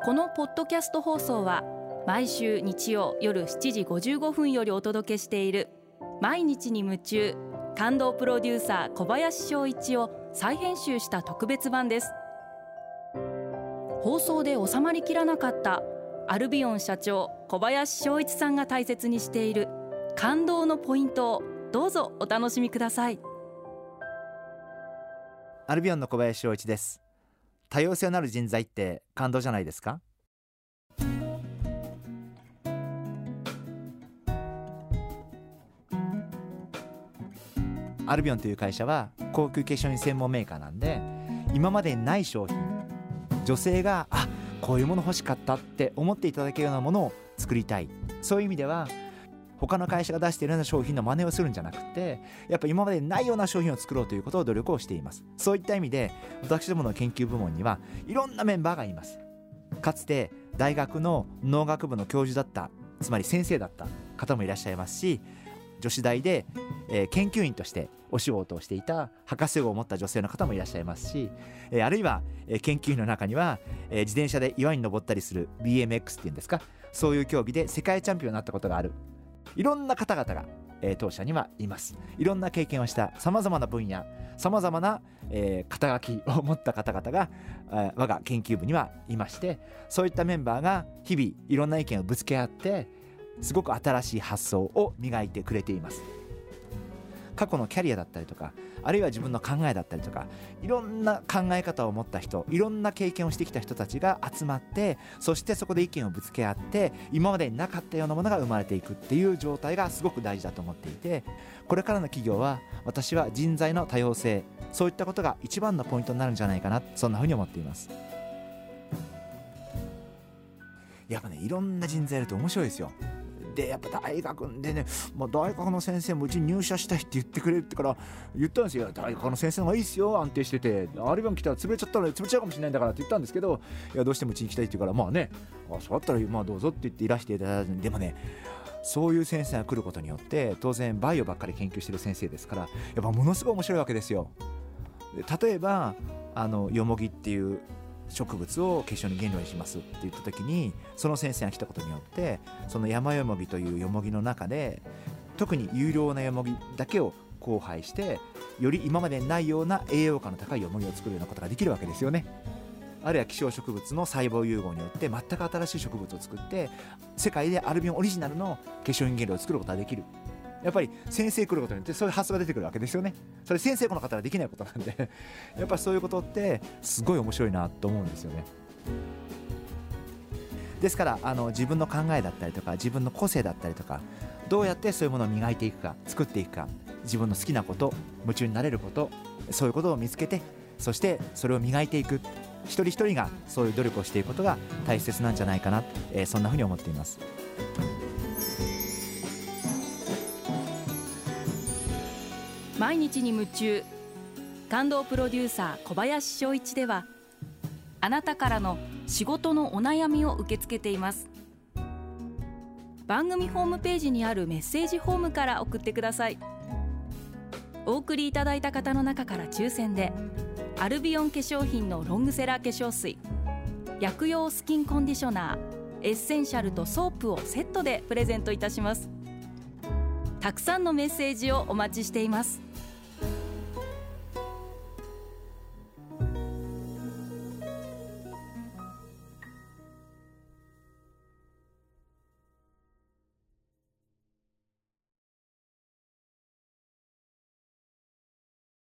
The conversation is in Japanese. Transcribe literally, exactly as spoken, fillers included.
このポッドキャスト放送は毎週日曜夜しちじごじゅうごふんよりお届けしている毎日に夢中感動プロデューサー小林翔一を再編集した特別版です。放送で収まりきらなかったアルビオン社長小林翔一さんが大切にしている感動のポイントをどうぞお楽しみください。 アルビオンの小林翔一です。多様性のある人材って感動じゃないですか？アルビオンという会社は高級化粧品専門メーカーなんで、今までにない商品、女性があこういうもの欲しかったって思っていただけるようなものを作りたい。そういう意味では他の会社が出しているような商品の真似をするんじゃなくて、やっぱ今までにないような商品を作ろうということを努力をしています。そういった意味で私どもの研究部門にはいろんなメンバーがいます。かつて大学の農学部の教授だった、つまり先生だった方もいらっしゃいますし、女子大で、えー、研究員としてお仕事をしていた博士号を持った女性の方もいらっしゃいますし、えー、あるいは、えー、研究員の中には、えー、自転車で岩に登ったりする ビーエムエックス っていうんですか、そういう競技で世界チャンピオンになったことがある、いろんな方々が、えー、当社にはいます。いろんな経験をしたさまざまな分野、さまざまな、えー、肩書きを持った方々が、えー、我が研究部にはいまして、そういったメンバーが日々いろんな意見をぶつけ合ってすごく新しい発想を磨いてくれています。過去のキャリアだったりとか、あるいは自分の考えだったりとか、いろんな考え方を持った人、いろんな経験をしてきた人たちが集まって、そしてそこで意見をぶつけ合って今までになかったようなものが生まれていくっていう状態がすごく大事だと思っていて、これからの企業は私は人材の多様性、そういったことが一番のポイントになるんじゃないかな、そんなふうに思っています。やっぱね、いろんな人材いると面白いですよ。でやっぱ大学でね、まあ、大学の先生もうちに入社したいって言ってくれるってから言ったんですよ。大学の先生の方がいいですよ、安定してて、アルビオン来たら潰れちゃったら潰れちゃうかもしれないんだからって言ったんですけど、いやどうしてもうちに来たいって言うから、まあね、あそうだったらまあどうぞって言っていらしていただいて、でもね、そういう先生が来ることによって当然バイオばっかり研究してる先生ですから、やっぱものすごい面白いわけですよ。例えばあのヨモギっていう植物を化粧の原料にしますって言った時に、その先生が来たことによって、その山ヨモギというヨモギの中で特に有料なヨモギだけを交配して、より今までにないような栄養価の高いヨモギを作るようなことができるわけですよね。あるいは希少植物の細胞融合によって全く新しい植物を作って、世界でアルビオンオリジナルの化粧品原料を作ることができる。やっぱり先生来ることによってそういう発想が出てくるわけですよね。それ先生この方はできないことなんでやっぱりそういうことってすごい面白いなと思うんですよね。ですからあの自分の考えだったりとか、自分の個性だったりとか、どうやってそういうものを磨いていくか、作っていくか、自分の好きなこと、夢中になれること、そういうことを見つけて、そしてそれを磨いていく、一人一人がそういう努力をしていくことが大切なんじゃないかな、えー、そんなふうに思っています。 毎日に夢中感動プロデューサー小林翔一では、あなたからの仕事のお悩みを受け付けています。番組ホームページにあるメッセージフォームから送ってください。お送りいただいた方の中から抽選でアルビオン化粧品のロングセラー化粧水、薬用スキンコンディショナー、エッセンシャルとソープをセットでプレゼントいたします。たくさんのメッセージをお待ちしています。